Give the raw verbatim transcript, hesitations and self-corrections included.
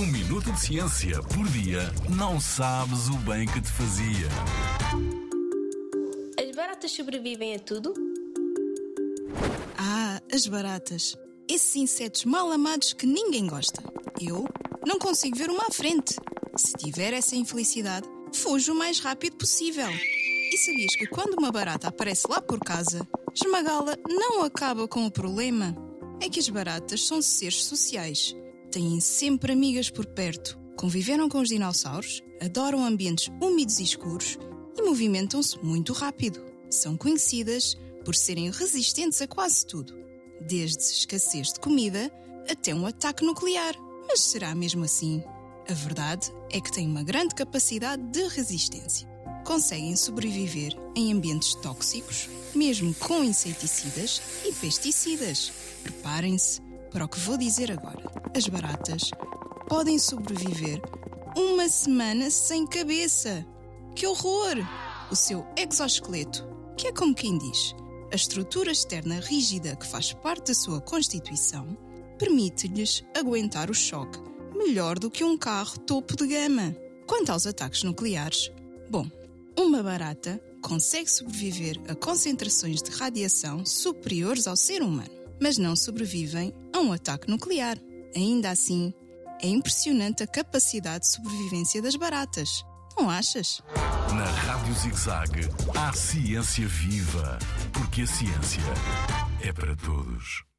Um minuto de ciência por dia não sabes o bem que te fazia. As baratas sobrevivem a tudo? Ah, as baratas. Esses insetos mal amados que ninguém gosta. Eu não consigo ver uma à frente. Se tiver essa infelicidade, fujo o mais rápido possível. E sabias que quando uma barata aparece lá por casa, esmagá-la não acaba com o problema? É que as baratas são seres sociais. Têm sempre amigas por perto, conviveram com os dinossauros, adoram ambientes úmidos e escuros e movimentam-se muito rápido. São conhecidas por serem resistentes a quase tudo, desde escassez de comida até um ataque nuclear. Mas será mesmo assim? A verdade é que têm uma grande capacidade de resistência. Conseguem sobreviver em ambientes tóxicos, mesmo com inseticidas e pesticidas. Preparem-se para o que vou dizer agora. As baratas podem sobreviver uma semana sem cabeça. Que horror! O seu exoesqueleto, que é como quem diz, a estrutura externa rígida que faz parte da sua constituição, permite-lhes aguentar o choque melhor do que um carro topo de gama. Quanto aos ataques nucleares, bom, uma barata consegue sobreviver a concentrações de radiação superiores ao ser humano, mas não sobrevivem a um ataque nuclear. Ainda assim, é impressionante a capacidade de sobrevivência das baratas. Não achas? Na Rádio Zig-Zag há ciência viva, porque a ciência é para todos.